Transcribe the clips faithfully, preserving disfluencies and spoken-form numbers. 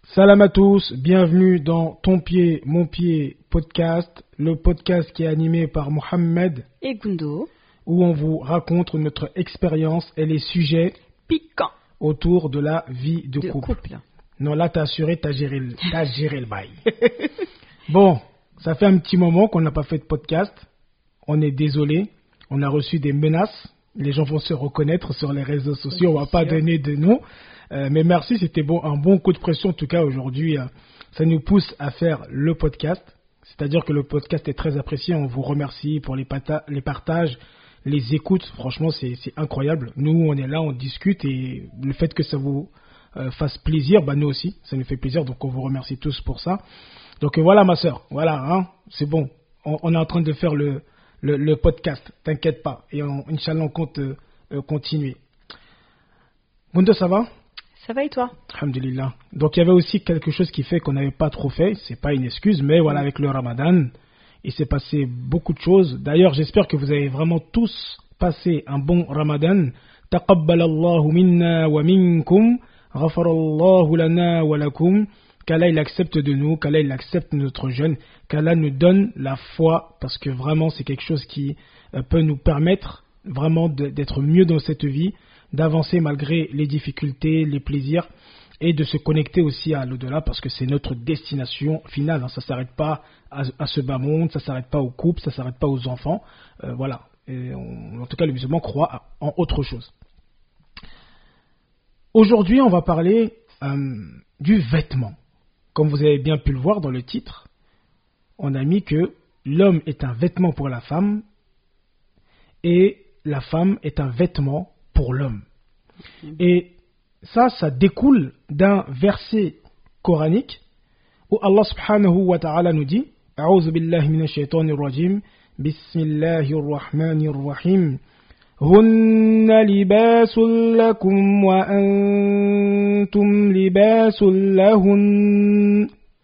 Salam à tous, bienvenue dans Ton Pied, Mon Pied podcast, le podcast qui est animé par Mohamed et Gundo, où on vous raconte notre expérience et les sujets piquants autour de la vie de, de couple. couple. Non, là, t'as assuré, t'as géré, le- t'as géré le bail. Bon, ça fait un petit moment qu'on n'a pas fait de podcast. On est désolé, on a reçu des menaces. Les gens vont se reconnaître sur les réseaux sociaux, on va pas sûr. donner de nom. Euh, mais merci, c'était bon, un bon coup de pression en tout cas aujourd'hui. euh, ça nous pousse à faire le podcast. C'est-à-dire que le podcast est très apprécié. On vous remercie pour les, pata- les partages, les écoutes. Franchement, c'est c'est incroyable. Nous, on est là, on discute et le fait que ça vous euh, fasse plaisir, bah nous aussi, ça nous fait plaisir. Donc on vous remercie tous pour ça. Donc euh, voilà ma soeur, voilà, hein, c'est bon. On, on est en train de faire le, le, le podcast, t'inquiète pas. Et on, Inch'Allah, on compte euh, euh, continuer. Gundo, ça va? Ça va et toi? Alhamdulillah. Donc il y avait aussi quelque chose qui fait qu'on n'avait pas trop fait. C'est pas une excuse, mais voilà, avec le Ramadan, il s'est passé beaucoup de choses. D'ailleurs, j'espère que vous avez vraiment tous passé un bon Ramadan. Taqabbalallahu minna wa minkum, ghafarallahu lana wa lakum. Qu'Allah il accepte de nous, qu'Allah il accepte notre jeûne, qu'Allah nous donne la foi, parce que vraiment c'est quelque chose qui euh, peut nous permettre vraiment de- d'être mieux dans cette vie, d'avancer malgré les difficultés, les plaisirs, et de se connecter aussi à l'au-delà, parce que c'est notre destination finale. Hein. Ça ne s'arrête pas à, à ce bas monde, ça ne s'arrête pas aux couples, ça ne s'arrête pas aux enfants. Euh, voilà. Et on- en tout cas, le musulman croit en autre chose. Aujourd'hui, on va parler euh, du vêtement. Comme vous avez bien pu le voir dans le titre, on a mis que l'homme est un vêtement pour la femme et la femme est un vêtement pour l'homme. Et ça, ça découle d'un verset coranique où Allah subhanahu wa ta'ala nous dit A'udhu billahi minash shaitanir rajim Bismillahir rahmanir rahim Hunna libasul lakum wa antum libasul lahun.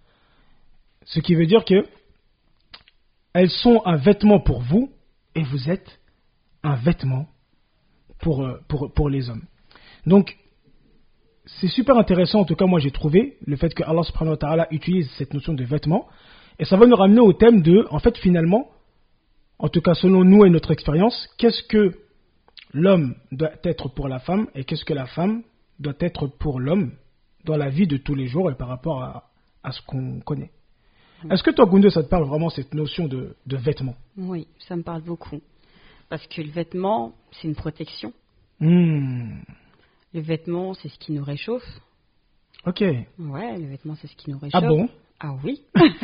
Ce qui veut dire que elles sont un vêtement pour vous et vous êtes un vêtement pour, euh, pour, pour les hommes. Donc, c'est super intéressant, en tout cas moi j'ai trouvé, le fait que Allah subhanahu wa ta'ala utilise cette notion de vêtement. Et ça va nous ramener au thème de, en fait finalement, en tout cas selon nous et notre expérience, qu'est-ce que l'homme doit être pour la femme et qu'est-ce que la femme doit être pour l'homme dans la vie de tous les jours et par rapport à, à ce qu'on connaît. Est-ce que toi, Gundo, ça te parle vraiment cette notion de, de vêtement? Oui, ça me parle beaucoup. Parce que le vêtement, c'est une protection. Hmm, Le vêtement, c'est ce qui nous réchauffe. Ok. Ouais, le vêtement, c'est ce qui nous réchauffe. Ah bon? Ah oui.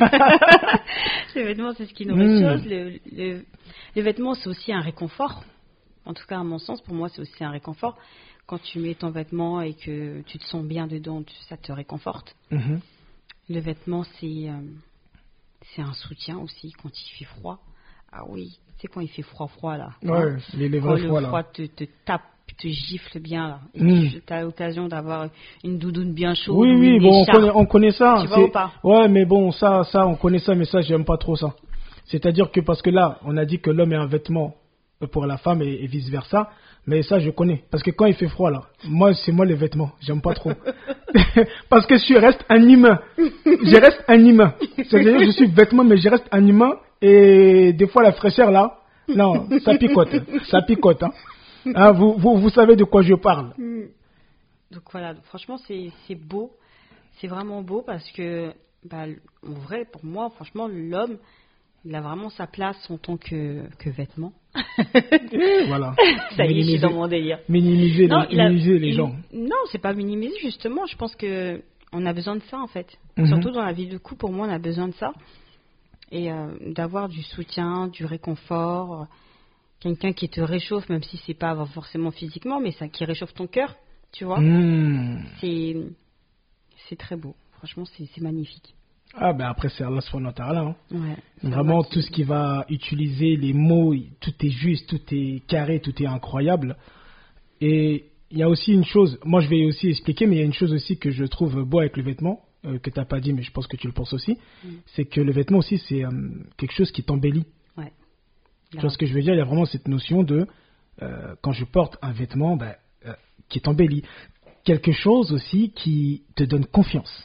Le vêtement, c'est ce qui nous Mm. réchauffe. Le, le, le vêtement, c'est aussi un réconfort. En tout cas, à mon sens, pour moi, c'est aussi un réconfort. Quand tu mets ton vêtement et que tu te sens bien dedans, tu- ça te réconforte. Mhm. Le vêtement, c'est euh, c'est un soutien aussi quand il fait froid. Ah oui, tu sais quand il fait froid, froid là. Ouais, les, les Quand vrais le froids là. froid te, te tape, te gifle bien là. Et Mm. tu as l'occasion d'avoir une doudoune bien chaude. Oui, ou oui, une bon, on écharpe. connaît, on connaît ça. Tu vois c'est- ou pas? Ouais, mais bon, ça, ça, on connaît ça, mais ça, j'aime pas trop ça. C'est-à-dire que parce que là, on a dit que l'homme est un vêtement pour la femme et, et vice versa, mais ça, je connais. Parce que quand il fait froid là, moi, c'est moi les vêtements, j'aime pas trop. Parce que je reste un humain. Je reste un humain. C'est-à-dire que je suis vêtement, mais je reste un humain et des fois la fraîcheur là, non, ça picote, ça picote. Hein. Hein, vous, vous, vous savez de quoi je parle. Donc voilà, donc franchement, c'est c'est beau. C'est vraiment beau parce que, bah, en vrai, pour moi, franchement, l'homme, il a vraiment sa place en tant que, que vêtement. Voilà. Ça y est, je suis Minimiser- dans mon délire. Minimiser, Non, les, il a- minimiser les il- gens. Non, c'est pas minimiser, justement. Je pense que on a besoin de ça, en fait. Mhm. Surtout dans la vie de couple, pour moi, on a besoin de ça. Et euh, d'avoir du soutien, du réconfort, euh, quelqu'un qui te réchauffe, même si c'est pas forcément physiquement, mais ça qui réchauffe ton cœur, tu vois. Hmm. C'est c'est très beau. Franchement, c'est c'est magnifique. Ah ben après c'est Allah subhanahu wa ta'ala. Hein. Ouais, c'est Vraiment Allah qui- tout ce qui va utiliser les mots, tout est juste, tout est carré, tout est incroyable. Et il y a aussi une chose, moi je vais aussi expliquer, mais il y a une chose aussi que je trouve beau avec le vêtement, euh, que tu n'as pas dit, mais je pense que tu le penses aussi, Mm. c'est que le vêtement aussi c'est euh, quelque chose qui t'embellit. Ouais. Tu vois ce que je veux dire? Il y a vraiment cette notion de, euh, quand je porte un vêtement, ben, euh, qui t'embellit. Quelque chose aussi qui te donne confiance.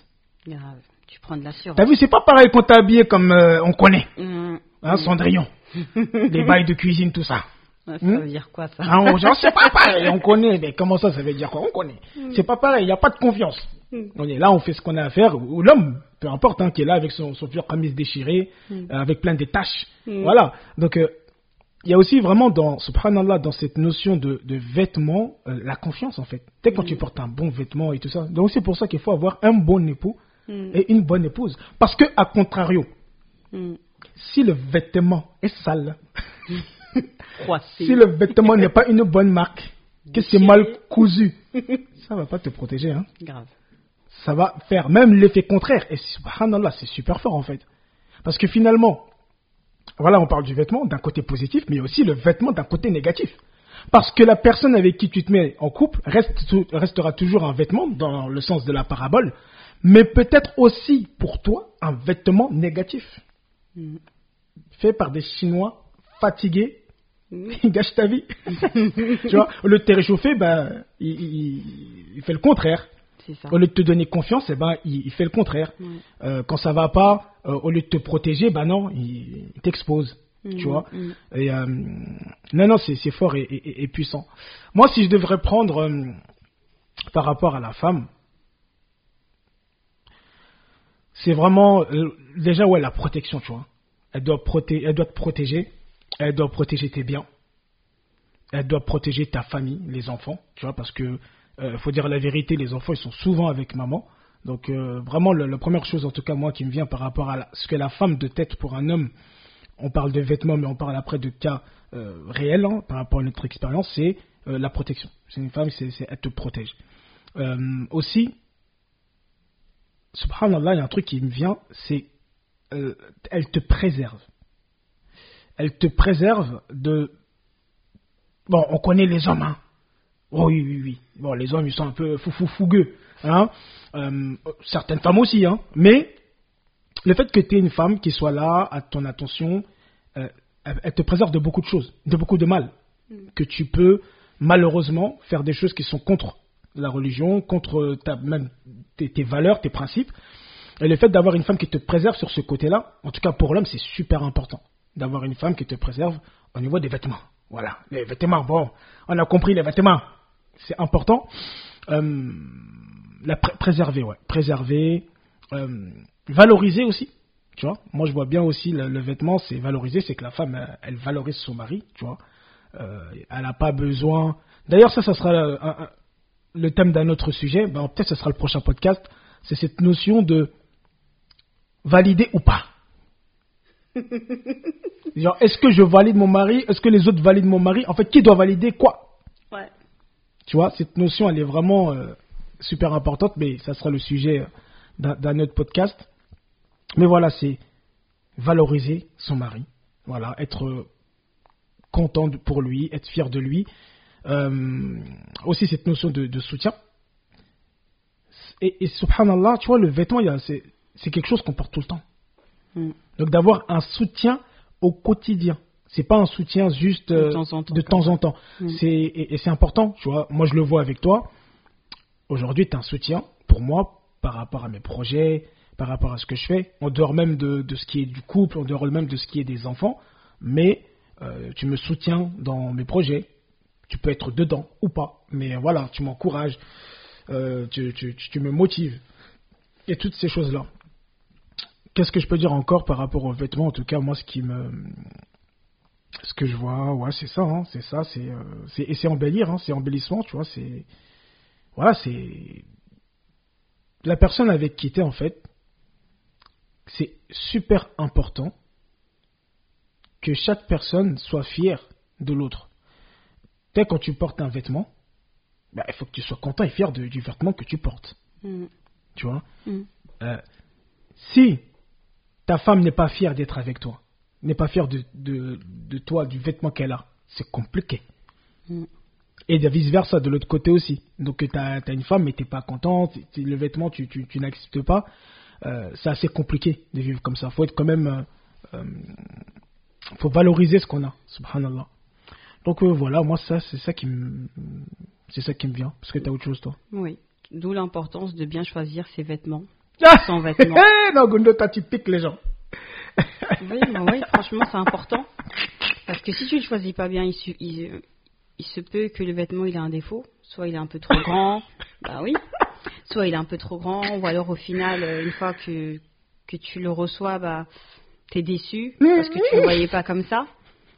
Grave. Tu prends de l'assurance. T'as vu, c'est pas pareil quand t'es habillé comme euh, on connaît. Mmh. Hein, Cendrillon. Les bails de cuisine, tout ça. Ouais, ça Hmm? veut dire quoi ça? Ah, on, genre, c'est pas pareil, on connaît. Mais comment ça, ça veut dire quoi? On connaît. C'est pas pareil, il n'y a pas de confiance. On est là, on fait ce qu'on a à faire. Ou l'homme, peu importe, hein, qui est là avec son, son vieux camis déchiré, Mm. euh, avec plein de taches. Mm. Voilà. Donc, euh, il y a aussi vraiment, dans, subhanallah, dans cette notion de, de vêtements, euh, la confiance en fait. Dès quand Mm. tu portes un bon vêtement et tout ça. Donc, c'est pour ça qu'il faut avoir un bon époux Mm. et une bonne épouse. Parce que, à contrario, Mm. si le vêtement est sale, Froissé. si le vêtement n'est pas une bonne marque, que c'est Déchiré. mal cousu, ça va pas te protéger. Hein. Grave. Ça va faire même l'effet contraire. Et subhanallah, c'est super fort en fait. Parce que finalement, voilà, on parle du vêtement d'un côté positif, mais aussi le vêtement d'un côté négatif. Parce que la personne avec qui tu te mets en couple reste, restera toujours un vêtement dans le sens de la parabole, mais peut-être aussi pour toi un vêtement négatif. Mm. Fait par des Chinois fatigués. Mm. Il gâche ta vie. Tu vois, au lieu de te réchauffer, ben, il, il, il fait le contraire. C'est ça. Au lieu de te donner confiance, eh ben, il, il fait le contraire. Ouais. Euh, quand ça va pas, euh, au lieu de te protéger, ben non, il, il t'expose. Mm, Tu vois. mm. Et, euh, non, non, c'est, c'est fort et, et- et puissant. Moi, si je devrais prendre euh, par rapport à la femme, c'est vraiment euh, déjà ouais la protection, tu vois. Elle doit proté- elle doit te protéger, elle doit protéger tes biens, elle doit protéger ta famille, les enfants, tu vois, parce que euh, faut dire la vérité, les enfants ils sont souvent avec maman. Donc euh, vraiment le- la première chose en tout cas moi qui me vient par rapport à la- ce que la femme de tête pour un homme, on parle de vêtements mais on parle après de cas euh, réels hein, par rapport à notre expérience, c'est euh, la protection. C'est une femme, c'est, c'est- elle te protège. Euh, aussi, subhanallah, il y a un truc qui me vient, c'est euh, elle te préserve. Elle te préserve de... Bon, on connaît les hommes, hein. Oh oui, oui, oui. Bon, les hommes, ils sont un peu foufou fougueux, hein. Euh, certaines femmes aussi, hein. Mais le fait que tu aies une femme qui soit là, à ton attention, euh, elle, elle te préserve de beaucoup de choses, de beaucoup de mal. Que tu peux, malheureusement, faire des choses qui sont contre la religion, contre ta, même tes, tes valeurs, tes principes. Et le fait d'avoir une femme qui te préserve sur ce côté-là, en tout cas pour l'homme, c'est super important. D'avoir une femme qui te préserve au niveau des vêtements. Voilà, les vêtements, bon, on a compris les vêtements, c'est important. Euh, la pré- préserver, ouais, préserver, euh, valoriser aussi, tu vois. Moi, je vois bien aussi le, le vêtement, c'est valoriser, c'est que la femme, elle, elle valorise son mari, tu vois. Euh, elle n'a pas besoin. D'ailleurs, ça, ça sera un- un- le thème d'un autre sujet. Ben, peut-être ce sera le prochain podcast. C'est cette notion de valider ou pas. Genre, est-ce que je valide mon mari? Est-ce que les autres valident mon mari? En fait, qui doit valider quoi? Ouais. Tu vois, cette notion, elle est vraiment euh, super importante, mais ça sera le sujet euh, d'un, d'un autre podcast. Mais voilà, c'est valoriser son mari. Voilà, être euh, content de- pour lui, être fier de lui. Euh, aussi, cette notion de, de soutien. Et, et subhanallah, tu vois, le vêtement, il y a- c'est, c'est quelque chose qu'on porte tout le temps. Mm. Donc d'avoir un soutien au quotidien. C'est pas un soutien juste euh, De temps en temps, de comme temps en temps. Mm. C'est, et, et c'est important, tu vois. Moi, je le vois avec toi. Aujourd'hui, tu as un soutien pour moi par rapport à mes projets, par rapport à ce que je fais, en dehors même de, de ce qui est du couple, en dehors même de ce qui est des enfants. Mais euh, tu me soutiens dans mes projets. Tu peux être dedans ou pas. Mais voilà, tu m'encourages, euh, tu, tu, tu, tu me motives. Et toutes ces choses-là. Qu'est-ce que je peux dire encore par rapport aux vêtements? En tout cas, moi, ce qui me, ce que je vois, ouais, c'est ça, hein, c'est ça, c'est, euh, c'est, et c'est embellir, hein, c'est embellissement, tu vois, c'est, voilà, c'est la personne avec qui t'es en fait, c'est super important que chaque personne soit fière de l'autre. Tu sais, quand tu portes un vêtement, bah, il faut que tu sois content et fier de- du vêtement que tu portes, Mm. tu vois. Mm. Euh, si ta femme n'est pas fière d'être avec toi, n'est pas fière de, de, de toi, du vêtement qu'elle a, c'est compliqué. Mm. Et de vice versa, de l'autre côté aussi. Donc tu as une femme mais tu n'es pas contente, t- le vêtement tu, tu, tu n'acceptes pas, euh, c'est assez compliqué de vivre comme ça. Il faut être quand même... euh, euh, faut valoriser ce qu'on a, subhanallah. Donc euh, voilà, moi ça c'est ça qui me c'est ça qui me vient. Parce que tu as autre chose toi. Oui. D'où l'importance de bien choisir ses vêtements son vêtement. Non, Gundo, toi, tu piques les gens. Oui, mais oui, franchement, c'est important. Parce que si tu ne le choisis pas bien, il, su- il, il se peut que le vêtement il a un défaut. Soit il est un peu trop grand, bah oui. Soit il est un peu trop grand, ou alors au final, euh, une fois que, que tu le reçois, bah, t'es déçu parce que tu ne le voyais pas comme ça.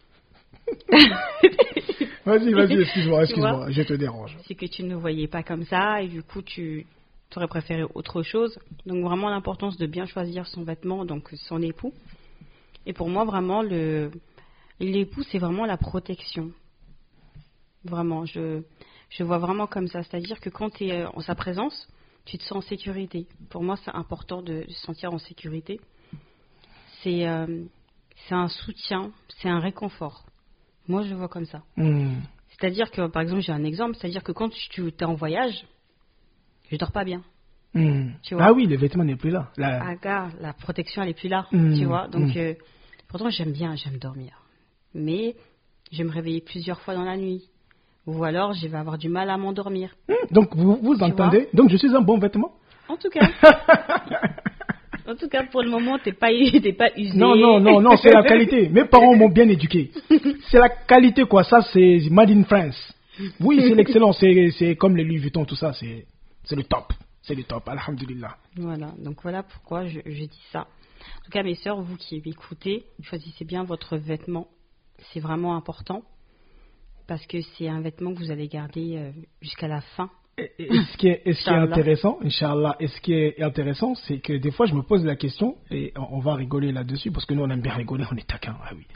Vas-y, vas-y, excuse-moi, Tu vois, excuse-moi, je te dérange. c'est que tu ne le voyais pas comme ça et du coup tu aurais préféré autre chose. Donc vraiment l'importance de bien choisir son vêtement, donc son époux. Et pour moi vraiment le l'époux c'est vraiment la protection. Vraiment, je je vois vraiment comme ça, c'est-à-dire que quand tu es en sa présence, tu te sens en sécurité. Pour moi c'est important de se sentir en sécurité. C'est euh, c'est un soutien, c'est un réconfort. Moi je le vois comme ça. Hmm. C'est-à-dire que, par exemple, j'ai un exemple, c'est-à-dire que quand tu es en voyage, je dors pas bien. Hmm. Tu vois. Ah oui, le vêtement n'est plus là. La- Ah, gars, la protection, elle est plus là, Mm. tu vois. Donc, Mm. euh, pourtant, j'aime bien, j'aime dormir. Mais je vais me réveiller plusieurs fois dans la nuit. Ou alors, je vais avoir du mal à m'endormir. Hmm. Donc, vous, vous Tu entendez? Donc, je suis un bon vêtement? En tout cas, en tout cas, pour le moment, t'es pas, t'es pas usé. Non, non, non, non, c'est la qualité. Mes parents m'ont bien éduqué. C'est la qualité, quoi. Ça, c'est Made in France. Oui, c'est l'excellence. C'est, c'est comme les Louis Vuitton, tout ça. C'est, c'est le top. C'est le top. Alhamdulillah. Voilà, donc voilà pourquoi je, je dis ça. En tout cas, mes sœurs, vous qui m'écoutez, choisissez bien votre vêtement. C'est vraiment important. Parce que c'est un vêtement que vous allez garder euh, jusqu'à la fin. Et, et- et ce qui est, et ce qui est Inch'Allah. intéressant, Inch'Allah, et ce qui est intéressant, c'est que des fois, je me pose la question, et on on va rigoler là-dessus, parce que nous, on aime bien rigoler, on est taquin. Ah oui.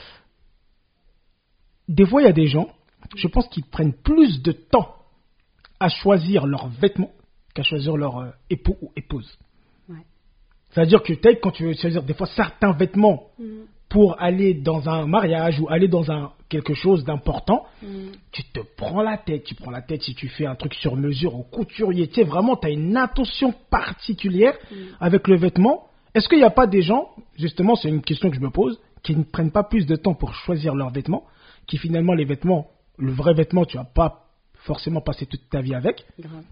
Des fois, il y a des gens, je pense qu'ils prennent plus de temps à choisir leurs vêtements qu'à choisir leur euh, époux ou épouse. Ouais. C'est-à-dire que peut-être quand tu veux choisir des fois certains vêtements Mhm. pour aller dans un mariage ou aller dans un quelque chose d'important, Mhm. tu te prends la tête. Tu prends la tête si tu fais un truc sur mesure au couturier. Tu sais, vraiment, tu as une attention particulière Mhm. avec le vêtement. Est-ce qu'il n'y a pas des gens, justement, c'est une question que je me pose, qui ne prennent pas plus de temps pour choisir leurs vêtements, qui finalement, les vêtements, le vrai vêtement, tu vas pas forcément passer toute ta vie avec. Grave.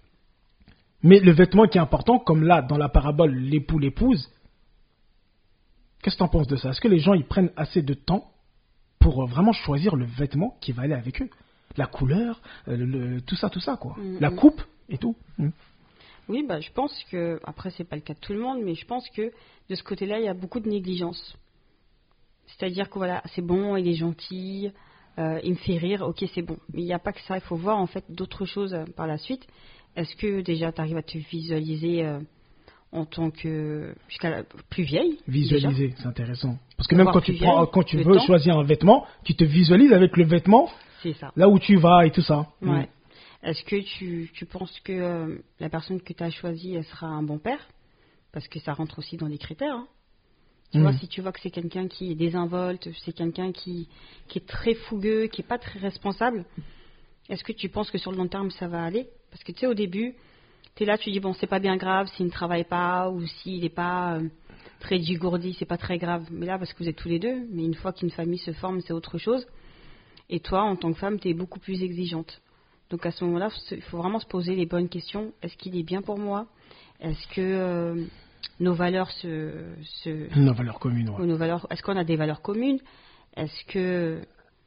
Mais le vêtement qui est important, comme là, dans la parabole, l'époux, l'épouse, qu'est-ce que tu en penses de ça? Est-ce que les gens, ils prennent assez de temps pour euh, vraiment choisir le vêtement qui va aller avec eux? La couleur, euh, le, le- tout ça, tout ça, quoi. Mhm. La coupe et tout. Mhm. Oui, bah, je pense que, après, c'est pas le cas de tout le monde, mais je pense que de ce côté-là, il y a beaucoup de négligence. C'est-à-dire que voilà, c'est bon, il est gentil, euh, il me fait rire, ok, c'est bon. Mais il n'y a pas que ça, il faut voir en fait d'autres choses euh, par la suite. Est-ce que déjà tu arrives à te visualiser euh, en tant que jusqu'à la plus vieille déjà Visualiser, c'est intéressant. Parce que Pour même voir quand tu, plus prends, vieille, quand tu le veux temps. choisir un vêtement, tu te visualises avec le vêtement, C'est ça. là où tu vas et tout ça. Ouais. Est-ce que tu, tu penses que euh, la personne que tu as choisie, elle sera un bon père? Parce que ça rentre aussi dans les critères. hein. Tu Mhm. vois, si tu vois que c'est quelqu'un qui est désinvolte, c'est quelqu'un qui, qui est très fougueux, qui est pas très responsable, est-ce que tu penses que sur le long terme ça va aller? Parce que tu sais, au début, tu es là, tu dis bon, c'est pas bien grave s'il ne travaille pas ou s'il n'est pas euh, très dégourdi, c'est pas très grave. Mais là, parce que vous êtes tous les deux, mais une fois qu'une famille se forme, c'est autre chose. Et toi, en tant que femme, tu es beaucoup plus exigeante. Donc à ce moment-là, il faut vraiment se poser les bonnes questions. Est-ce qu'il est bien pour moi? Est-ce que euh, nos valeurs se, se Nos valeurs communes, ouais. ou nos valeurs, est-ce qu'on a des valeurs communes? Est-ce que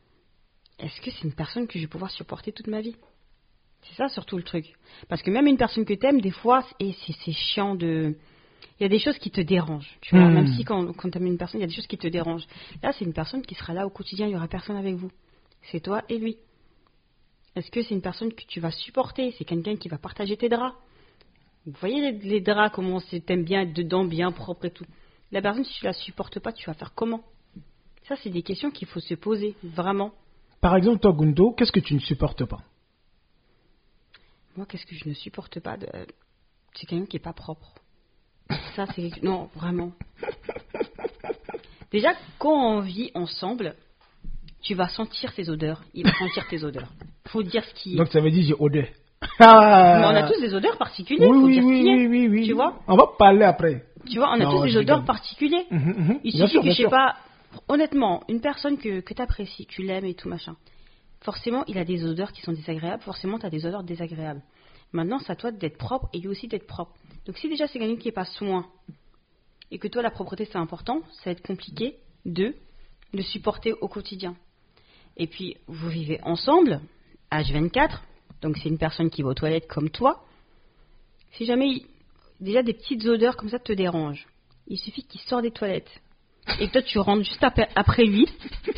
est-ce que c'est une personne que je vais pouvoir supporter toute ma vie? C'est ça surtout le truc. Parce que même une personne que t'aimes, des fois, et c'est, c'est chiant de... Il y a des choses qui te dérangent, tu vois. Mm. Même si quand, quand t'aimes une personne, il y a des choses qui te dérangent. Là, c'est une personne qui sera là au quotidien, il n'y aura personne avec vous. C'est toi et lui. Est-ce que c'est une personne que tu vas supporter? C'est quelqu'un qui va partager tes draps? Vous voyez les, les draps, comment c'est, t'aimes bien être dedans, bien propre et tout. La personne, si tu la supportes pas, tu vas faire comment? Ça, c'est des questions qu'il faut se poser, vraiment. Par exemple, toi, Gundo, qu'est-ce que tu ne supportes pas? Moi, qu'est-ce que je ne supporte pas de... C'est quelqu'un qui est pas propre. Ça, c'est... Non, vraiment. Déjà, quand on vit ensemble, tu vas sentir ses odeurs. Il va sentir tes odeurs. Faut dire ce qui est. Donc ça veut dire j'ai odeur. Mais on a tous des odeurs particulières. Oui, faut oui, dire oui, ce qui est. oui, oui, oui. Tu vois On va parler après. Tu vois, on a Non, tous des je odeurs rigole. particuliers. Mhm, mhm. Il Bien suffit sûr, que, bien je sais sûr. pas, honnêtement, une personne que, que tu apprécies, tu l'aimes et tout machin, forcément, il a des odeurs qui sont désagréables, forcément, tu as des odeurs désagréables. Maintenant, c'est à toi d'être propre et lui aussi d'être propre. Donc si déjà c'est quelqu'un qui n'est pas soin et que toi la propreté c'est important, ça va être compliqué de le supporter au quotidien. Et puis vous vivez ensemble, H vingt-quatre, donc c'est une personne qui va aux toilettes comme toi. Si jamais il, déjà des petites odeurs comme ça te dérangent, il suffit qu'il sort des toilettes et que toi tu rentres juste après, après lui.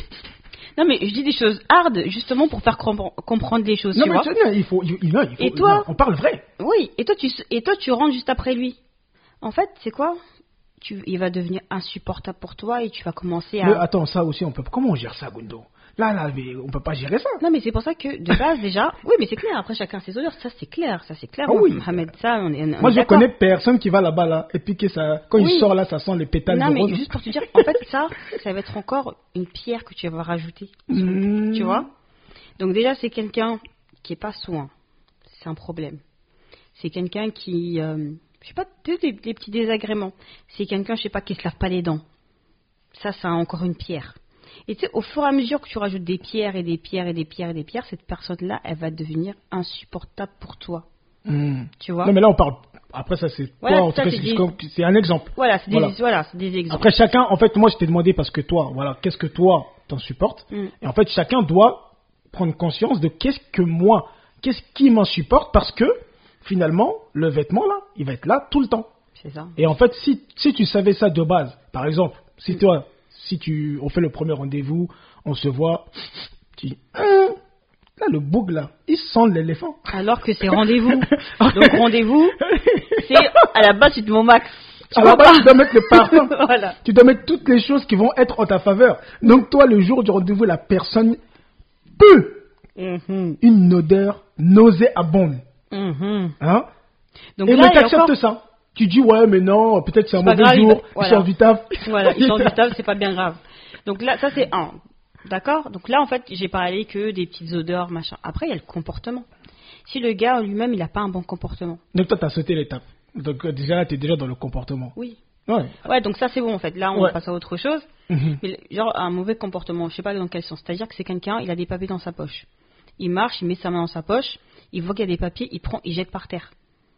Non mais je dis des choses hard justement pour faire com- comprendre les choses. Non tu mais vois. c'est bien, il faut, il, il, il faut, Et toi, non, on parle vrai. Oui, et toi tu et toi tu rentres juste après lui. En fait, c'est quoi tu, il va devenir insupportable pour toi et tu vas commencer à... Mais attends, ça aussi, on peut, comment on gère ça, Gundo? Là, là, mais on peut pas gérer ça. Non, mais c'est pour ça que, de base, déjà... Oui, mais c'est clair, après, chacun ses odeurs, ça, c'est clair, ça, c'est clair. Ah oui. Mohamed, ça, on est, on Moi, est je d'accord. connais personne qui va là-bas, là, et puis que ça, quand Oui. il sort là, ça sent les pétales Non, de mais rose. juste pour te dire, en fait, ça, ça va être encore une pierre que tu vas rajouter. Mmh. Tu vois? Donc, déjà, c'est quelqu'un qui est pas soin. C'est un problème. C'est quelqu'un qui... Euh, je sais pas, des, des, des petits désagréments. C'est quelqu'un, je sais pas, qui se lave pas les dents. Ça, c'est encore une pierre. Et tu sais, au fur et à mesure que tu rajoutes des pierres et des pierres et des pierres et des pierres, cette personne-là, elle va devenir insupportable pour toi. Mmh. Tu vois? Non, mais là, on parle. Après, ça, c'est Voilà, toi, en ça, tout cas, c'est c'est des- comme- c'est un exemple. Voilà, c'est des, Voilà. voilà, c'est des exemples. Après, chacun, en fait, moi, je t'ai demandé parce que toi, voilà, qu'est-ce que toi, t'en supportes. Mm. Et en fait, chacun doit prendre conscience de qu'est-ce que moi, qu'est-ce qui m'insupporte parce que, finalement, le vêtement, là, il va être là tout le temps. C'est ça. Et en fait, si, si tu savais ça de base, par exemple, si toi, si tu, on fait le premier rendez-vous, on se voit, tu dis, Hum, là, le boug, là, il sent l'éléphant. Alors que c'est rendez-vous. Donc rendez-vous, c'est à la base, tu te mets au max. Tu À vois la base, pas tu dois mettre le parfum. Voilà. Tu dois mettre toutes les choses qui vont être en ta faveur. Donc, toi, le jour du rendez-vous, la personne peut Mhm. une odeur nauséabonde. Mhm. Hein? Donc Et là, mais il y a t'acceptes encore- ça. Tu dis, ouais, mais non, peut-être c'est un C'est pas mauvais grave, il jour, va- il voilà. sort du taf. Voilà, il sort du table, c'est pas bien grave. Donc là, ça c'est un. D'accord? Donc là, en fait, j'ai parlé que des petites odeurs, machin. Après, il y a le comportement. Si le gars lui-même, il n'a pas un bon comportement. Donc, toi, t'as sauté l'étape. Donc, euh, déjà, là, t'es déjà dans le comportement. Oui. Ouais. Ouais, donc ça c'est bon en fait. Là, on Ouais. passe à autre chose. Mhm. Mais genre, un mauvais comportement, je sais pas dans quel sens. C'est-à-dire que c'est quelqu'un, il a des papiers dans sa poche. Il marche, il met sa main dans sa poche, il voit qu'il y a des papiers, il prend, il jette par terre.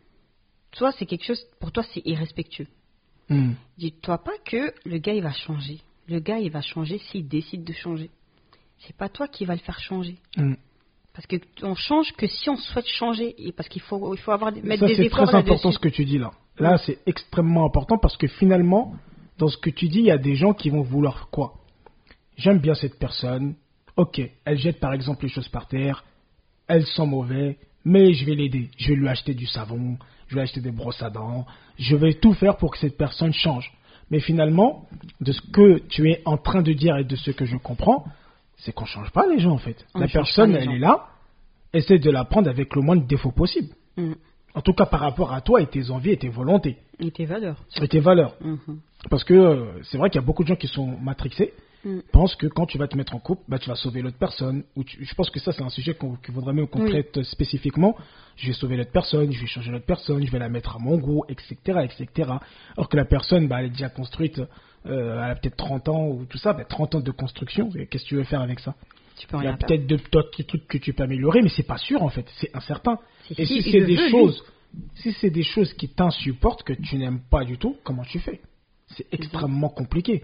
Toi, c'est quelque chose, pour toi, c'est irrespectueux. Mhm. Dis-toi pas que le gars, il va changer. Le gars, il va changer s'il décide de changer. C'est pas toi qui va le faire changer. Mhm. Parce que on change que si on souhaite changer. Et parce qu'il faut, il faut avoir, mettre Ça, des c'est efforts très important là-dessus. ce que tu dis là. Là, c'est extrêmement important parce que finalement, dans ce que tu dis, il y a des gens qui vont vouloir quoi? J'aime bien cette personne. Ok, elle jette par exemple les choses par terre. Elle sent mauvais, mais je vais l'aider. Je vais lui acheter du savon, je vais acheter des brosses à dents. Je vais tout faire pour que cette personne change. Mais finalement, de ce que tu es en train de dire et de ce que je comprends, c'est qu'on change pas les gens en fait. On La ne change personne, pas les elle gens. est là. Essaie de la prendre avec le moins de défauts possible. Mm. En tout cas, par rapport à toi et tes envies et tes volontés Et tes valeurs. et tes valeurs. Mhm. Parce que euh, c'est vrai qu'il y a beaucoup de gens qui sont matrixés, Mm. pensent que quand tu vas te mettre en couple, bah, tu vas sauver l'autre personne. Ou tu- je pense que ça, c'est un sujet qu'on qu'il faudrait même qu'on Oui. traite spécifiquement. Je vais sauver l'autre personne, je vais changer l'autre personne, je vais la mettre à mon goût, et cetera et cetera. Alors que la personne, bah, elle est déjà construite, euh, elle a peut-être trente ans ou tout ça, bah, trente ans de construction. Et qu'est-ce que tu veux faire avec ça? Tu peux Il y a rien faire. peut-être deux- d'autres petits trucs que tu peux améliorer, mais c'est pas sûr en fait, c'est incertain. Si, Et si, si il c'est le des veut, lui. choses, si c'est des choses qui t'insupportent, que tu n'aimes pas du tout, comment tu fais? C'est extrêmement compliqué.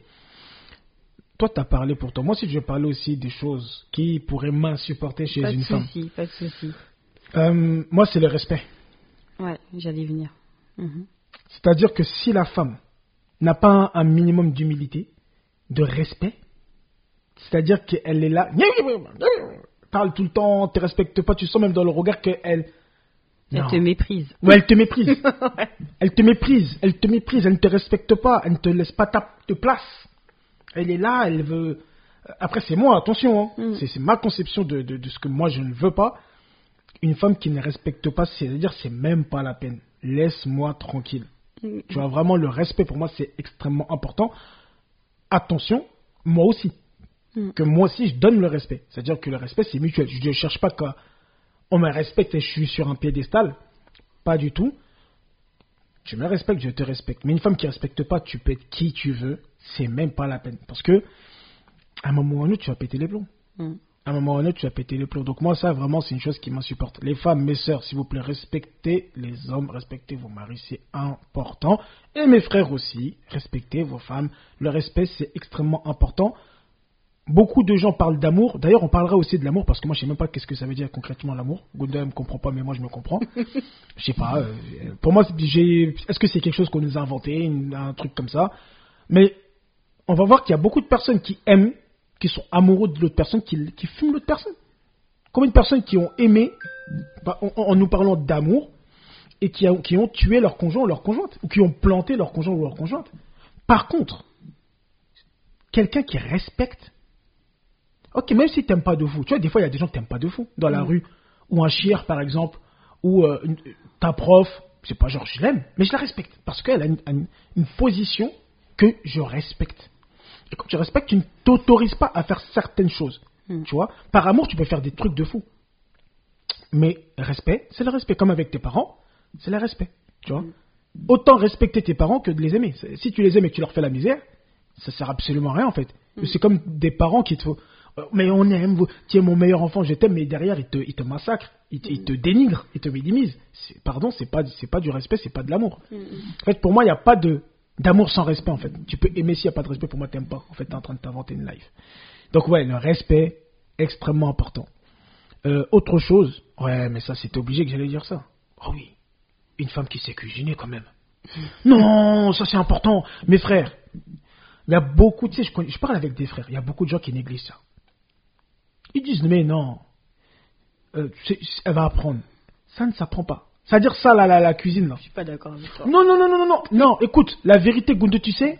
Toi, tu as parlé pour toi. Moi, si je vais parler aussi des choses qui pourraient m'insupporter chez Pas de une femme. souci, pas de souci. Euh, moi, c'est le respect. Ouais, j'allais venir. Mhm. C'est-à-dire que si la femme n'a pas un, un minimum d'humilité, de respect, c'est-à-dire qu'elle est là, parle tout le temps, te respecte pas, tu sens même dans le regard qu'elle... Elle Non. te méprise. Ouais, elle te méprise. Ouais. Elle te méprise, elle te méprise, elle ne te respecte pas, elle ne te laisse pas ta de place. Elle est là, elle veut... Après, c'est moi, attention, hein. Mm. c'est, c'est ma conception de, de, de ce que moi je ne veux pas. Une femme qui ne respecte pas, c'est-à-dire c'est même pas la peine. Laisse-moi tranquille. Mm. Tu vois, vraiment, le respect pour moi, c'est extrêmement important. Attention, moi aussi. Mm. Que moi aussi, je donne le respect. C'est-à-dire que le respect, c'est mutuel. Je ne cherche pas qu'on me respecte et je suis sur un piédestal. Pas du tout. Tu me respectes, je te respecte. Mais une femme qui ne respecte pas, tu peux être qui tu veux. C'est même pas la peine. Parce que, à un moment ou à un autre, tu vas péter les plombs. Mm. à un moment donné, tu vas péter les plombs. Donc moi, ça, vraiment, c'est une chose qui m'insupporte. Les femmes, mes sœurs, s'il vous plaît, respectez les hommes, respectez vos maris, c'est important. Et mes frères aussi, respectez vos femmes. Le respect, c'est extrêmement important. Beaucoup de gens parlent d'amour. D'ailleurs, on parlera aussi de l'amour, parce que moi, je sais même pas qu'est-ce que ça veut dire concrètement l'amour. Gouda ne me comprend pas, mais moi, je me comprends. Je sais pas. Euh, pour moi, j'ai... est-ce que c'est quelque chose qu'on nous a inventé, une, un truc comme ça? Mais on va voir qu'il y a beaucoup de personnes qui aiment, qui sont amoureux de l'autre personne, qui, qui fument l'autre personne. Combien de personnes qui ont aimé, bah, en, en nous parlant d'amour, et qui, a, qui ont tué leur conjoint ou leur conjointe, ou qui ont planté leur conjoint ou leur conjointe. Par contre, quelqu'un qui respecte, ok, même si tu n'aimes pas de fou, tu vois, des fois il y a des gens qui n'aiment pas de fou, dans la mmh. rue, ou un chieur par exemple, ou euh, une, ta prof, c'est pas genre je l'aime, mais je la respecte, parce qu'elle a une, une, une position que je respecte. Et quand tu respectes, tu ne t'autorises pas à faire certaines choses. Mm. Tu vois, par amour, tu peux faire des trucs de fou. Mais respect, c'est le respect. Comme avec tes parents, c'est le respect. Tu vois, mm. autant respecter tes parents que de les aimer. Si tu les aimes et que tu leur fais la misère, ça sert absolument à rien en fait. Mm. C'est comme des parents qui te... Mais on aime, vous, tu es mon meilleur enfant, je t'aime, mais derrière, ils te, ils te massacrent, ils te, mm. ils te dénigrent, ils te minimisent. C'est, pardon, c'est pas, c'est pas du respect, c'est pas de l'amour. Mm. En fait, pour moi, il n'y a pas de... d'amour sans respect en fait. Tu peux aimer s'il n'y a pas de respect, pour moi t'aimes pas. En fait t'es en train de t'inventer une life. Donc ouais, le respect, extrêmement important. Euh, autre chose, ouais mais ça c'était obligé que j'allais dire ça. Oh oui, une femme qui sait cuisiner quand même. Non, ça c'est important. Mes frères, il y a beaucoup, tu sais, je, connais, je parle avec des frères, il y a beaucoup de gens qui négligent ça. Ils disent mais non, euh, elle va apprendre. Ça ne s'apprend pas. C'est-à-dire ça, la, la, la cuisine, là. Je suis pas d'accord avec toi. Non, non, non, non, non, non. Non, écoute, la vérité, Goundou, tu sais,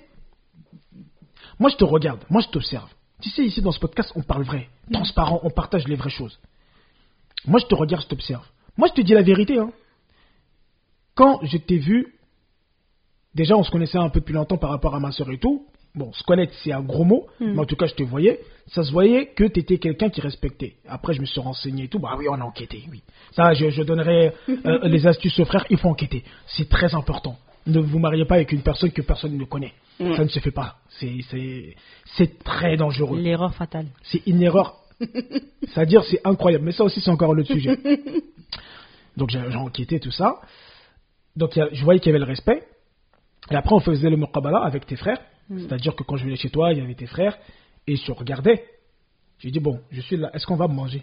moi, je te regarde, moi, je t'observe. Tu sais, ici, dans ce podcast, on parle vrai, transparent, on partage les vraies choses. Moi, je te regarde, je t'observe. Moi, je te dis la vérité, hein. Quand je t'ai vu, déjà, on se connaissait un peu depuis longtemps par rapport à ma soeur et tout. Bon, se connaître, c'est un gros mot, mm. mais en tout cas, je te voyais. Ça se voyait que tu étais quelqu'un qui respectait. Après, je me suis renseigné et tout. Bah oui, on a enquêté, oui. Ça, je, je donnerai euh, les astuces aux frères. Il faut enquêter. C'est très important. Ne vous mariez pas avec une personne que personne ne connaît. Mm. Ça ne se fait pas. C'est, c'est, c'est très dangereux. L'erreur fatale. C'est une erreur. C'est-à-dire, c'est incroyable. Mais ça aussi, c'est encore un autre sujet. Donc, j'ai, j'ai enquêté tout ça. Donc, y a, je voyais qu'il y avait le respect. Et après, on faisait le muqabala avec tes frères. Mm. C'est-à-dire que quand je venais chez toi, il y avait tes frères. Et je regardais. J'ai dit, bon, je suis là, est-ce qu'on va manger?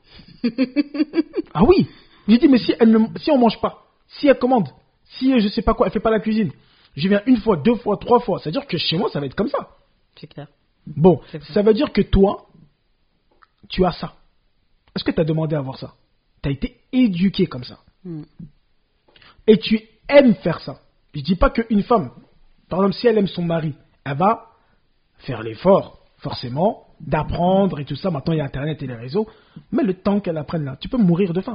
Ah oui. J'ai dit, mais si, elle ne, si on ne mange pas, si elle commande, si je ne sais pas quoi, elle ne fait pas la cuisine, je viens une fois, deux fois, trois fois, c'est-à-dire que chez moi, ça va être comme ça. C'est clair. Bon, c'est ça veut dire que toi, tu as ça. Est-ce que tu as demandé à avoir ça? Tu as été éduqué comme ça. Mm. Et tu aimes faire ça. Je ne dis pas qu'une femme, par exemple, si elle aime son mari, elle va faire l'effort, forcément, d'apprendre et tout ça. Maintenant, il y a Internet et les réseaux. Mais le temps qu'elle apprenne là, tu peux mourir de faim.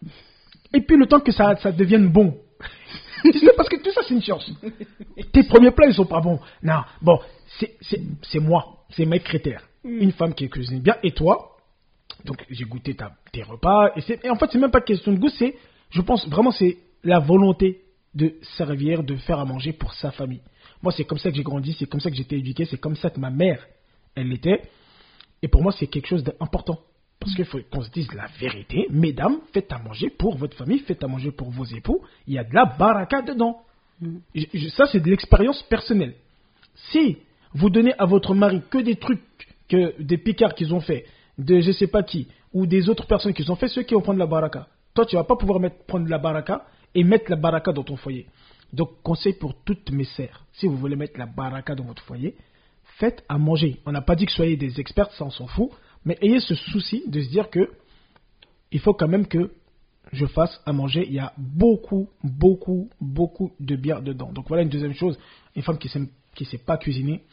Et puis, le temps que ça, ça devienne bon. Tu sais, parce que tout ça, c'est une science. Tes premiers plats, ils sont pas bons. Non, bon, c'est, c'est, c'est moi. C'est mes critères. Une femme qui cuisine bien. Et toi, donc, j'ai goûté ta, tes repas. Et, c'est, et en fait, c'est même pas question de goût. C'est, je pense, vraiment, c'est la volonté de servir, de faire à manger pour sa famille. Moi, c'est comme ça que j'ai grandi, c'est comme ça que j'ai été éduqué, c'est comme ça que ma mère, elle l'était. Et pour moi, c'est quelque chose d'important. Parce qu'il faut qu'on se dise la vérité. Mesdames, faites à manger pour votre famille, faites à manger pour vos époux. Il y a de la baraka dedans. Mm. Je, je, ça, c'est de l'expérience personnelle. Si vous donnez à votre mari que des trucs, que des picards qu'ils ont fait, de je sais pas qui, ou des autres personnes qui ont fait, ceux qui vont prendre la baraka. Toi, tu vas pas pouvoir mettre, prendre la baraka et mettre la baraka dans ton foyer. Donc, conseil pour toutes mes sœurs, si vous voulez mettre la baraka dans votre foyer, faites à manger. On n'a pas dit que soyez des experts, ça on s'en fout, mais ayez ce souci de se dire que il faut quand même que je fasse à manger. Il y a beaucoup, beaucoup, beaucoup de bien dedans. Donc voilà une deuxième chose, une femme qui ne qui sait pas cuisiner,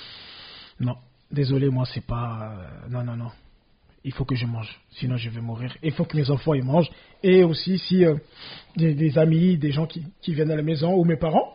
non, désolé, moi c'est pas, euh, non, non, non. Il faut que je mange, sinon je vais mourir. Il faut que mes enfants ils mangent. Et aussi, si euh, des, des amis, des gens qui, qui viennent à la maison, ou mes parents,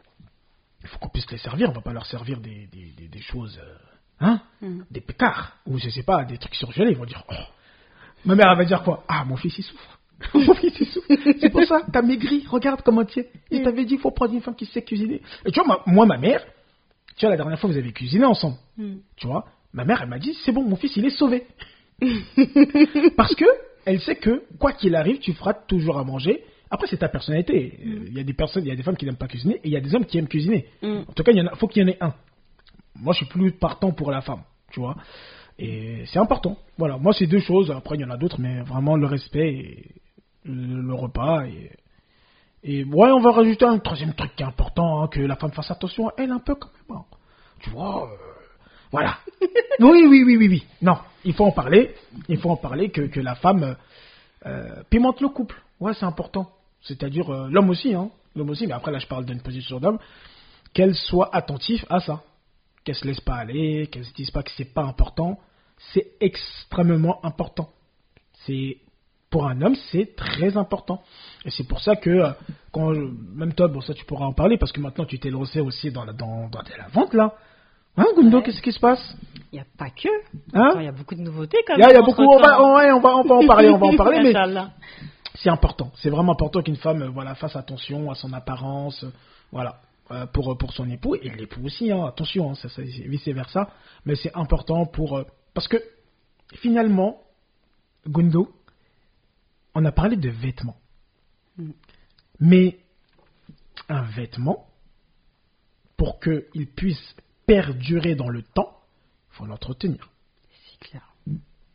il faut qu'on puisse les servir. On ne va pas leur servir des, des, des, des choses, euh, hein, mm. des pétards, ou je sais pas, des trucs surgelés. Ils vont dire, oh. Ma mère elle va dire quoi? Ah, mon fils il souffre. Mon fils il souffre. C'est pour ça, t'as maigri, regarde comment tu es. Il t'avait dit, il faut prendre une femme qui sait cuisiner. Et tu vois, ma, moi, ma mère, tu vois, la dernière fois, vous avez cuisiné ensemble. Mm. Tu vois, ma mère, elle m'a dit, c'est bon, mon fils il est sauvé. Parce que elle sait que, quoi qu'il arrive, tu feras toujours à manger. Après, c'est ta personnalité. Il mm. y a des personnes, il y a des femmes qui n'aiment pas cuisiner et il y a des hommes qui aiment cuisiner. Mm. En tout cas, il y en a, faut qu'il y en ait un. Moi, je suis plus partant pour la femme, tu vois. Et c'est important. Voilà, moi, c'est deux choses. Après, il y en a d'autres, mais vraiment le respect et le, le repas. Et, et ouais, on va rajouter un troisième truc qui est important, hein, que la femme fasse attention à elle un peu quand même. Hein. Tu vois, euh, voilà. Oui, oui, oui, oui, oui. Non, il faut en parler. Il faut en parler que, que la femme euh, pimente le couple. Ouais, c'est important. C'est-à-dire euh, l'homme aussi, hein. L'homme aussi, mais après là, je parle d'une position d'homme. Qu'elle soit attentive à ça. Qu'elle se laisse pas aller, qu'elle se dise pas que c'est pas important. C'est extrêmement important. C'est pour un homme, c'est très important. Et c'est pour ça que quand je, même toi, bon ça tu pourras en parler parce que maintenant tu t'es lancé aussi dans la dans, dans la vente là. Hein, Gundo, ouais. Qu'est-ce qui se passe? Il n'y a pas que. Hein? Il y a beaucoup de nouveautés quand même. Il y a, y a beaucoup. On va, ouais, on va, on va en parler, on va en parler, mais c'est important. C'est vraiment important qu'une femme, voilà, fasse attention à son apparence, voilà. Pour, pour son époux et l'époux aussi, hein, attention, hein, ça, ça, vice versa, mais c'est important pour. Parce que finalement, Gundo, on a parlé de vêtements. Mm. Mais un vêtement, pour qu'il puisse perdurer dans le temps, il faut l'entretenir. C'est clair. Il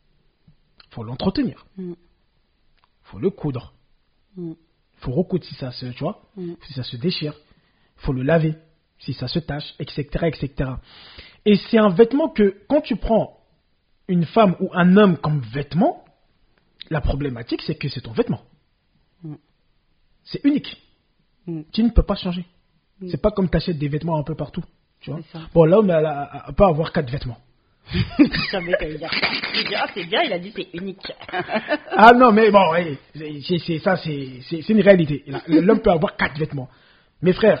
faut l'entretenir. Il mm. faut le coudre. Il mm. faut recoudre si ça se, tu vois, mm. si ça se déchire. Il faut le laver, si ça se tache, et cetera, et cetera. Et c'est un vêtement que, quand tu prends une femme ou un homme comme vêtement, la problématique, c'est que c'est ton vêtement. Mm. C'est unique. Mm. Tu ne peux pas changer. Mm. C'est pas comme tu achètes des vêtements un peu partout. Tu vois. Bon, l'homme, elle, elle, elle peut avoir quatre vêtements. Je savais qu'il dire ça. Il dit, ah, c'est bien, il a dit c'est unique. Ah non, mais bon, ouais, c'est, c'est, ça, c'est, c'est, c'est une réalité. L'homme peut avoir quatre vêtements. Mes frères,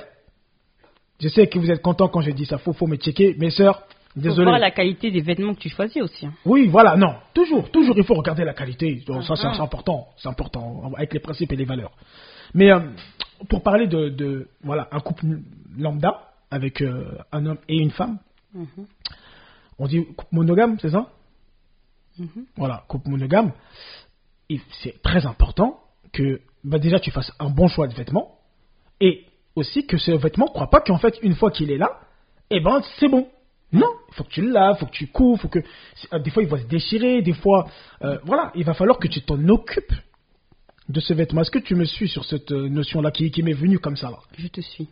je sais que vous êtes contents quand je dis ça. Faut, faut me checker. Mes sœurs, désolé. Faut voir la qualité des vêtements que tu choisis aussi. Hein. Oui, voilà, non. Toujours, toujours, il faut regarder la qualité. Donc, ça, c'est, c'est important. C'est important. Avec les principes et les valeurs. Mais, euh, pour parler de, de, voilà, un couple lambda, avec euh, un homme et une femme, mm-hmm. on dit couple monogame, c'est ça? Mm-hmm. Voilà, couple monogame. Et c'est très important que, bah, déjà, tu fasses un bon choix de vêtements. Et, aussi que ce vêtement, crois pas qu'en fait, une fois qu'il est là, eh ben, c'est bon. Non, il faut que tu le laves, il faut que tu couvres, faut que... Des fois, il va se déchirer, des fois... Euh, voilà, il va falloir que tu t'en occupes de ce vêtement. Est-ce que tu me suis sur cette notion-là qui, qui m'est venue comme ça, là? Je te suis.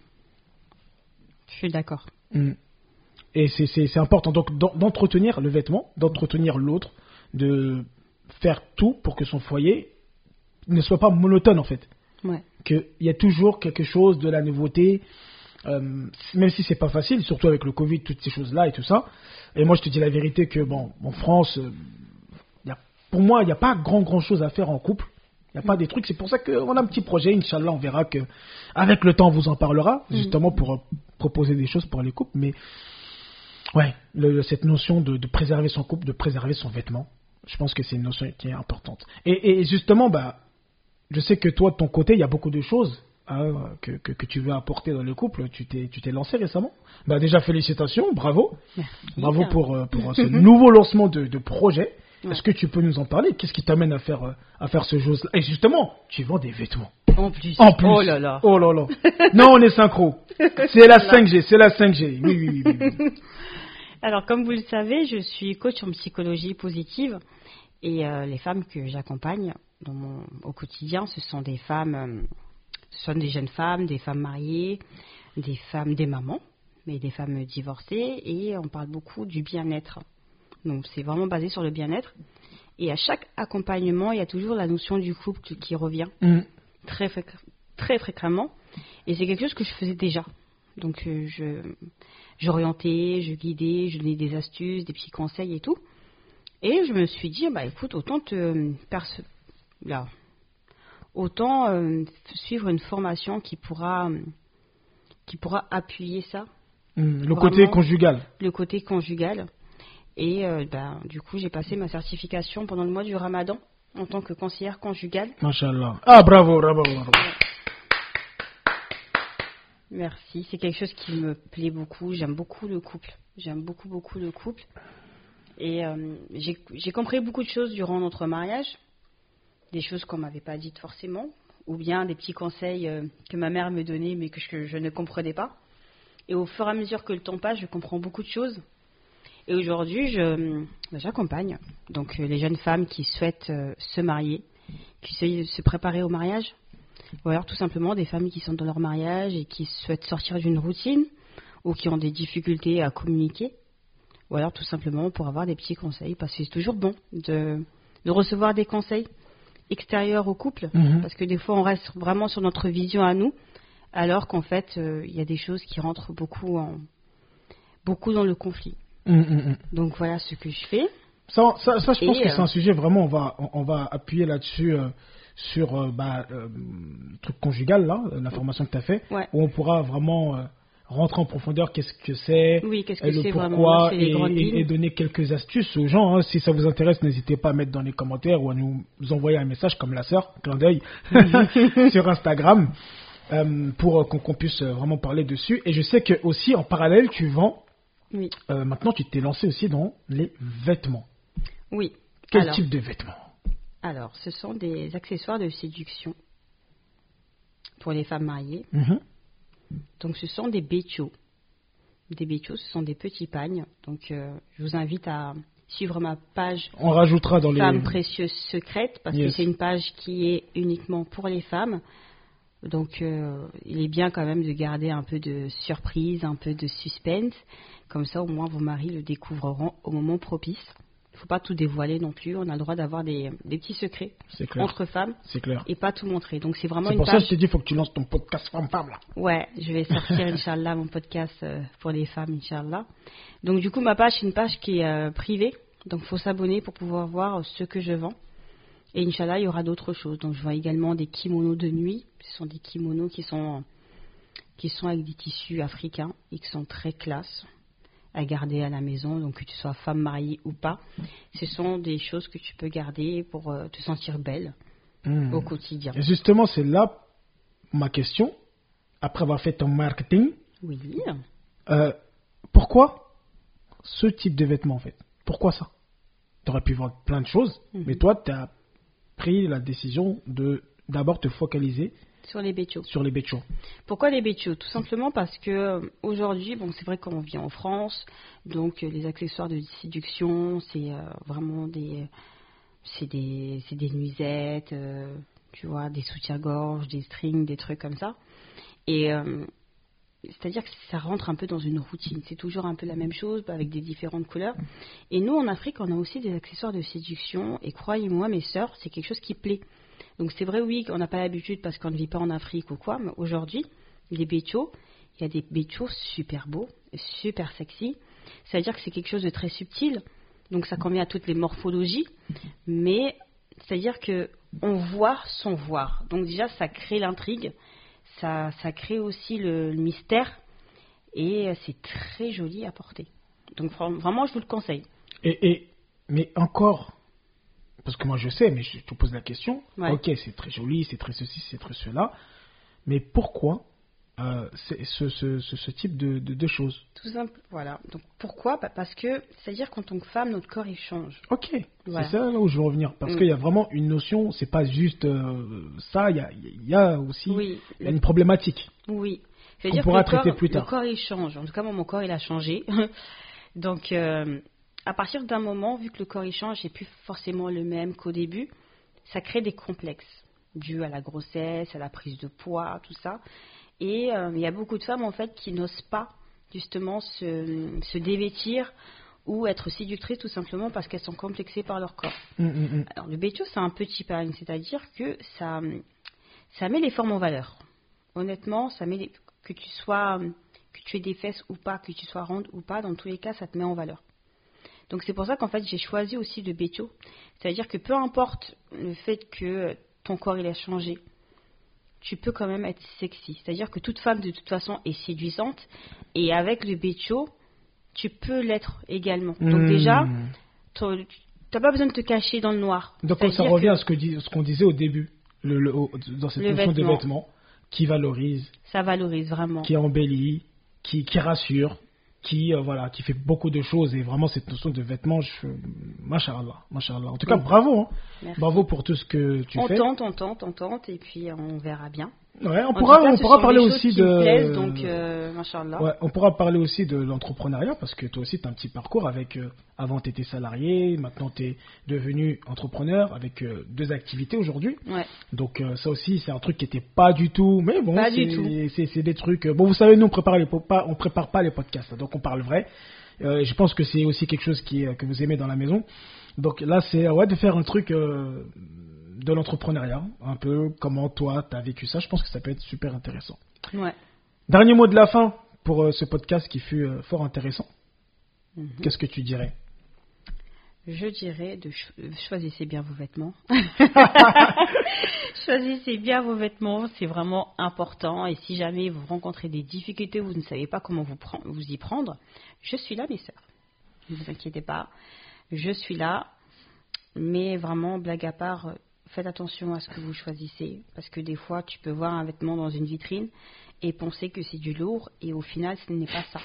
Je suis d'accord. Mmh. Et c'est, c'est, c'est important donc d'entretenir le vêtement, d'entretenir l'autre, de faire tout pour que son foyer ne soit pas monotone, en fait. Ouais. Qu'il y a toujours quelque chose de la nouveauté, euh, même si c'est pas facile, surtout avec le Covid, toutes ces choses-là et tout ça. Et moi, je te dis la vérité que, bon, en France, euh, y a, pour moi, il n'y a pas grand, grand chose à faire en couple. Il n'y a pas des trucs. C'est pour ça qu'on a un petit projet, Inch'Allah, on verra que, avec le temps, on vous en parlera, justement, pour euh, proposer des choses pour les couples. Mais, ouais, le, cette notion de, de préserver son couple, de préserver son vêtement, je pense que c'est une notion qui est importante. Et, et justement, bah, je sais que toi, de ton côté, il y a beaucoup de choses hein, que, que, que tu veux apporter dans le couple. Tu t'es, tu t'es lancé récemment. Bah, déjà, félicitations, bravo. Merci. Bravo pour, pour ce nouveau lancement de, de projet. Ouais. Est-ce que tu peux nous en parler? Qu'est-ce qui t'amène à faire, à faire ce chose-là? Et justement, tu vends des vêtements. En plus. En plus. Oh là là. Oh là là. Non, on est synchro. C'est la cinq G, c'est la cinq G. Oui, oui, oui. oui, oui. Alors, comme vous le savez, je suis coach en psychologie positive. Et euh, les femmes que j'accompagne dans mon, au quotidien, ce sont des femmes, euh, ce sont des jeunes femmes, des femmes mariées, des femmes, des mamans, mais des femmes divorcées. Et on parle beaucoup du bien-être. Donc, c'est vraiment basé sur le bien-être. Et à chaque accompagnement, il y a toujours la notion du couple qui revient mmh. très, fréqu- très fréquemment. Et c'est quelque chose que je faisais déjà. Donc, euh, je, j'orientais, je guidais, je donnais des astuces, des petits conseils et tout. Et je me suis dit, bah écoute, autant te perce... Là. autant euh, suivre une formation qui pourra, qui pourra appuyer ça. Mmh, le côté conjugal. Le côté conjugal. Et euh, bah, du coup, j'ai passé ma certification pendant le mois du Ramadan en tant que conseillère conjugale. Masha'Allah. Ah, bravo, bravo, bravo. Merci. C'est quelque chose qui me plaît beaucoup. J'aime beaucoup le couple. J'aime beaucoup, beaucoup le couple. Et euh, j'ai, j'ai compris beaucoup de choses durant notre mariage, des choses qu'on m'avait pas dites forcément, ou bien des petits conseils euh, que ma mère me donnait mais que je, je ne comprenais pas. Et au fur et à mesure que le temps passe, je comprends beaucoup de choses. Et aujourd'hui, je, ben, j'accompagne donc euh, les jeunes femmes qui souhaitent euh, se marier, qui souhaitent se préparer au mariage, ou alors tout simplement des femmes qui sont dans leur mariage et qui souhaitent sortir d'une routine ou qui ont des difficultés à communiquer, ou alors tout simplement pour avoir des petits conseils, parce que c'est toujours bon de, de recevoir des conseils extérieurs au couple, Mhm. parce que des fois on reste vraiment sur notre vision à nous, alors qu'en fait euh, il y a des choses qui rentrent beaucoup, en, beaucoup dans le conflit. Hum, hum, hum. Donc voilà ce que je fais. Ça, ça, ça, je pense Et, que euh, c'est un sujet vraiment, on va, on, on va appuyer là-dessus euh, sur euh, bah, euh, le truc conjugal, là, la formation que tu as fait, Ouais. où on pourra vraiment euh, rentrer en profondeur, qu'est-ce que c'est, Oui, qu'est-ce et que le c'est vraiment, pourquoi, c'est les et, grandes et- lignes. et donner quelques astuces aux gens. Hein. Si ça vous intéresse, n'hésitez pas à mettre dans les commentaires ou à nous envoyer un message comme la sœur, clin d'œil, sur Instagram, euh, pour euh, qu'on, qu'on puisse euh, vraiment parler dessus. Et je sais que aussi en parallèle, tu vends. Oui, Euh, maintenant, tu t'es lancé aussi dans les vêtements. oui. Quel Alors, type de vêtements? alors, ce sont des accessoires de séduction pour les femmes mariées. Mhm. Donc, ce sont des béchos. Des béchos, ce sont des petits pagnes. Donc, euh, je vous invite à suivre ma page On rajoutera dans les... Femmes précieuses secrètes, parce Yes. que c'est une page qui est uniquement pour les femmes. Donc, euh, il est bien quand même de garder un peu de surprise, un peu de suspense. Comme ça, au moins, vos maris le découvriront au moment propice. Il ne faut pas tout dévoiler non plus. On a le droit d'avoir des, des petits secrets C'est clair. entre femmes C'est clair. et pas tout montrer. Donc, c'est vraiment C'est une pour ça que page... je t'ai dit, il faut que tu lances ton podcast femme-femme, là. Ouais, je vais sortir, Inch'Allah, mon podcast euh, pour les femmes, Inch'Allah. Donc, du coup, ma page, c'est une page qui est euh, privée. Donc, il faut s'abonner pour pouvoir voir ce que je vends. Et Inch'Allah, il y aura d'autres choses. Donc, je vends également des kimonos de nuit. Ce sont des kimonos qui sont, qui sont avec des tissus africains et qui sont très classe à garder à la maison. Donc, que tu sois femme mariée ou pas, ce sont des choses que tu peux garder pour euh, te sentir belle Mhm. au quotidien. Et justement, c'est là ma question. Après avoir fait ton marketing, Oui. euh, pourquoi ce type de vêtements, en fait? Pourquoi ça? Tu aurais pu vendre plein de choses, Mhm. mais toi, tu as pris la décision de d'abord te focaliser Sur les béchos. sur les béchos. Pourquoi les béchos? Tout simplement parce que euh, aujourd'hui, bon, c'est vrai qu'on vit en France, donc euh, les accessoires de séduction, c'est euh, vraiment des, c'est des, c'est des nuisettes, euh, tu vois, des soutiens-gorge, des strings, des trucs comme ça. Et euh, c'est-à-dire que ça rentre un peu dans une routine. C'est toujours un peu la même chose, avec des différentes couleurs. Et nous, en Afrique, on a aussi des accessoires de séduction. Et croyez-moi, mes sœurs, c'est quelque chose qui plaît. Donc c'est vrai, oui, qu'on n'a pas l'habitude parce qu'on ne vit pas en Afrique ou quoi. Mais aujourd'hui, les béchos, il y a des béchos super beaux, super sexy. C'est-à-dire que c'est quelque chose de très subtil. Donc ça convient à toutes les morphologies. Mais c'est-à-dire que on voit sans voir. Donc déjà, ça crée l'intrigue. Ça, ça crée aussi le, le mystère et euh, c'est très joli à porter. Donc vra- vraiment, je vous le conseille. Et, et, mais encore, parce que moi je sais, mais je te pose la question. Ouais. Ok, c'est très joli, c'est très ceci, c'est très cela. Mais pourquoi euh, c'est- ce, ce, ce, ce type de, de, de choses? Tout simple, voilà. Donc pourquoi? Bah, parce que c'est-à-dire qu'en tant que femme, notre corps il change. Ok, Voilà. c'est ça là où je veux revenir. Parce Mm. qu'il y a vraiment une notion, c'est pas juste euh, ça, il y a, il y a aussi Oui, il y a une problématique. Oui. Qu'on C'est-à-dire que pourra le corps, traiter plus tard. le corps il change. En tout cas, moi, mon corps il a changé. Donc euh, à partir d'un moment, vu que le corps il change, c'est plus forcément le même qu'au début, ça crée des complexes dus à la grossesse, à la prise de poids, tout ça. Et euh, il y a beaucoup de femmes en fait qui n'osent pas justement se, se dévêtir ou être séductrices tout simplement parce qu'elles sont complexées par leur corps. Hum, hum, hum. Alors le bécho c'est un petit pagne, c'est-à-dire que ça, ça met les formes en valeur. Honnêtement, ça met les- que tu sois, que tu aies des fesses ou pas, que tu sois ronde ou pas, dans tous les cas ça te met en valeur. Donc c'est pour ça qu'en fait j'ai choisi aussi le bécho, c'est-à-dire que peu importe le fait que ton corps il a changé, tu peux quand même être sexy. C'est-à-dire que toute femme, de toute façon, est séduisante. Et avec le bécho, tu peux l'être également. Donc Mmh. déjà, tu n'as pas besoin de te cacher dans le noir. Donc ça C'est-à-dire revient que à ce que dis- ce qu'on disait au début, le, le- au- dans cette Le notion de vêtement. vêtements, qui valorise, ça valorise vraiment. qui embellit, qui, qui rassure. qui, euh, voilà, qui fait beaucoup de choses. Et vraiment, cette notion de vêtements, je, machallah, machallah. En tout cas, bravo. Hein. Merci. Bravo pour tout ce que tu on fais. On tente, on tente, on tente, et puis on verra bien. Ouais, on pourra, cas, on pourra parler aussi de. Plaisent, donc, euh, machallah. Ouais, on pourra parler aussi de l'entrepreneuriat parce que toi aussi, tu as un petit parcours avec. Euh, avant, tu étais salarié, maintenant, tu es devenu entrepreneur avec euh, deux activités aujourd'hui. Ouais. Donc, euh, ça aussi, c'est un truc qui n'était pas du tout. Mais bon, pas du tout. C'est, c'est des trucs. Euh, bon, vous savez, nous, on prépare les, pas, on prépare pas les podcasts, donc on parle vrai. Euh, je pense que c'est aussi quelque chose qui, que vous aimez dans la maison. Donc là, c'est ouais, de faire un truc. Euh, de l'entrepreneuriat, un peu comment toi tu as vécu ça, je pense que ça peut être super intéressant. Ouais. Dernier mot de la fin pour euh, ce podcast qui fut euh, fort intéressant. Mm-hmm. Qu'est-ce que tu dirais? Je dirais de cho- choisissez bien vos vêtements. Choisissez bien vos vêtements, c'est vraiment important. Et si jamais vous rencontrez des difficultés, vous ne savez pas comment vous, pre- vous y prendre, je suis là, mes sœurs. Ne vous inquiétez pas, je suis là. Mais vraiment, blague à part, faites attention à ce que vous choisissez, parce que des fois, tu peux voir un vêtement dans une vitrine et penser que c'est du lourd, et au final, ce n'est pas ça.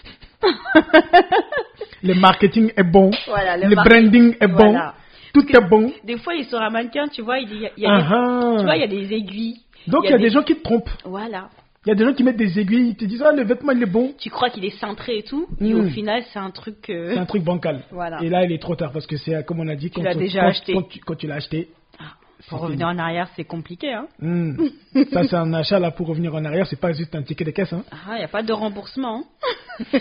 Le marketing est bon, voilà, le, le mar- branding est voilà. bon, tout est bon. Des fois, il sur un mannequin, tu vois, il y a, il y a uh-huh. des, tu vois, il y a des aiguilles. Donc, il y a, il y a des... des gens qui te trompent. Voilà. Il y a des gens qui mettent des aiguilles, ils te disent, ah, le vêtement, il est bon. Tu crois qu'il est cintré et tout, mm. et au final, c'est un truc... Euh... C'est un truc bancal. Voilà. Et là, il est trop tard, parce que c'est, comme on a dit, tu quand, l'as tu, déjà quand, acheté. Quand, tu, quand tu l'as acheté... Ah, pour revenir en arrière, c'est compliqué. Hein. Mm. Ça, c'est un achat, là, pour revenir en arrière, c'est pas juste un ticket de caisse. Hein. Ah, il n'y a pas de remboursement. Hein.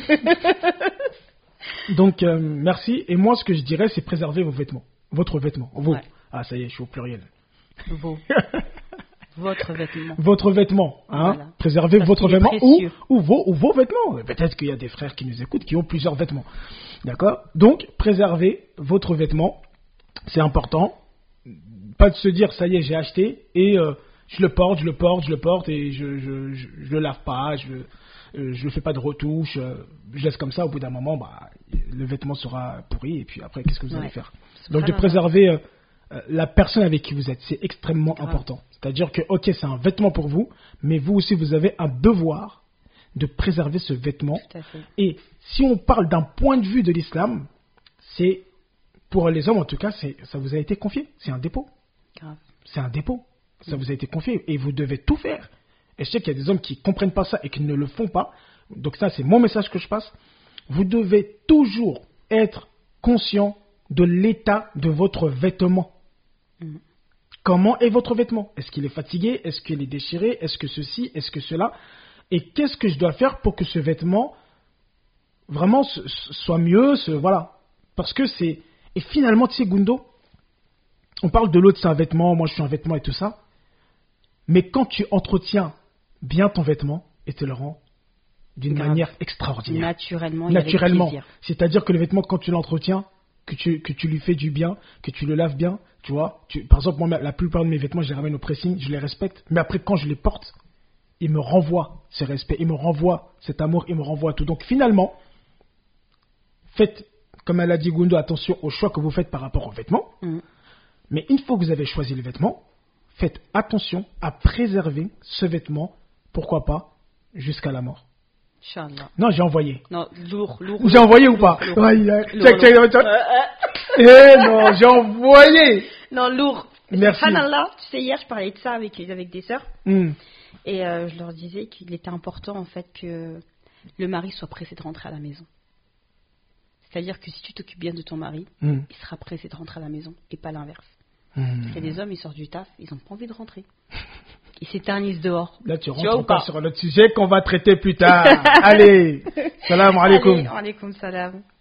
Donc, euh, merci. Et moi, ce que je dirais, c'est préserver vos vêtements. Votre vêtement. Vos. Ouais. Ah, ça y est, je suis au pluriel. Vos. Votre vêtement. Votre vêtement. Hein. Voilà. Préservez Parce votre vêtement ou, ou, vos, ou vos vêtements. Peut-être qu'il y a des frères qui nous écoutent qui ont plusieurs vêtements. D'accord? Donc, préservez votre vêtement. C'est important. Pas de se dire, ça y est, j'ai acheté et euh, je le porte, je le porte, je le porte et je je, je, je le lave pas, je euh, je fais pas de retouche, euh, je laisse comme ça. Au bout d'un moment, bah, le vêtement sera pourri et puis après, qu'est-ce que vous ouais. allez faire? Donc, de préserver euh, la personne avec qui vous êtes, c'est extrêmement Grave. important. C'est-à-dire que, ok, c'est un vêtement pour vous, mais vous aussi, vous avez un devoir de préserver ce vêtement. Et si on parle d'un point de vue de l'islam, c'est, pour les hommes en tout cas, c'est, ça vous a été confié. C'est un dépôt. Grave. C'est un dépôt. Ça mmh. vous a été confié et vous devez tout faire. Et je sais qu'il y a des hommes qui ne comprennent pas ça et qui ne le font pas. Donc ça, c'est mon message que je passe. Vous devez toujours être conscient de l'état de votre vêtement. Mmh. Comment est votre vêtement? Est-ce qu'il est fatigué? Est-ce qu'il est déchiré? Est-ce que ceci? Est-ce que cela? Et qu'est-ce que je dois faire pour que ce vêtement vraiment soit mieux, ce, voilà. Parce que c'est... Et finalement, tu sais, Gundo, on parle de l'autre, c'est un vêtement, moi je suis un vêtement et tout ça. Mais quand tu entretiens bien ton vêtement et te le rends d'une Grave. manière extraordinaire. Naturellement. Naturellement. C'est-à-dire que le vêtement, quand tu l'entretiens, que tu, que tu lui fais du bien, que tu le laves bien, tu vois. Tu, par exemple, moi, la plupart de mes vêtements, je les ramène au pressing, je les respecte. Mais après, quand je les porte, ils me renvoient ce respect, ils me renvoient cet amour, ils me renvoient tout. Donc finalement, faites, comme elle a dit Gundo, attention au choix que vous faites par rapport aux vêtements. Mm. Mais une fois que vous avez choisi le vêtement, faites attention à préserver ce vêtement, pourquoi pas, jusqu'à la mort. Inch'Allah. Non, j'ai envoyé. Non, lourd, lourd. J'ai envoyé ou pas? Lourd. Ouais, lourd, check, check, check, check. Eh non, j'ai envoyé. Non, lourd. Merci. Subhanallah, tu sais, hier, je parlais de ça avec, avec des sœurs. Mm. Et euh, je leur disais qu'il était important, en fait, que le mari soit pressé de rentrer à la maison. C'est-à-dire que si tu t'occupes bien de ton mari, mm. il sera pressé de rentrer à la maison et pas l'inverse. Mm. Il y a des hommes, ils sortent du taf, ils n'ont pas envie de rentrer. Ils s'éternisent dehors. Là, tu rentres encore sur un autre sujet qu'on va traiter plus tard. Allez, salam alaikum. Alaikum salam.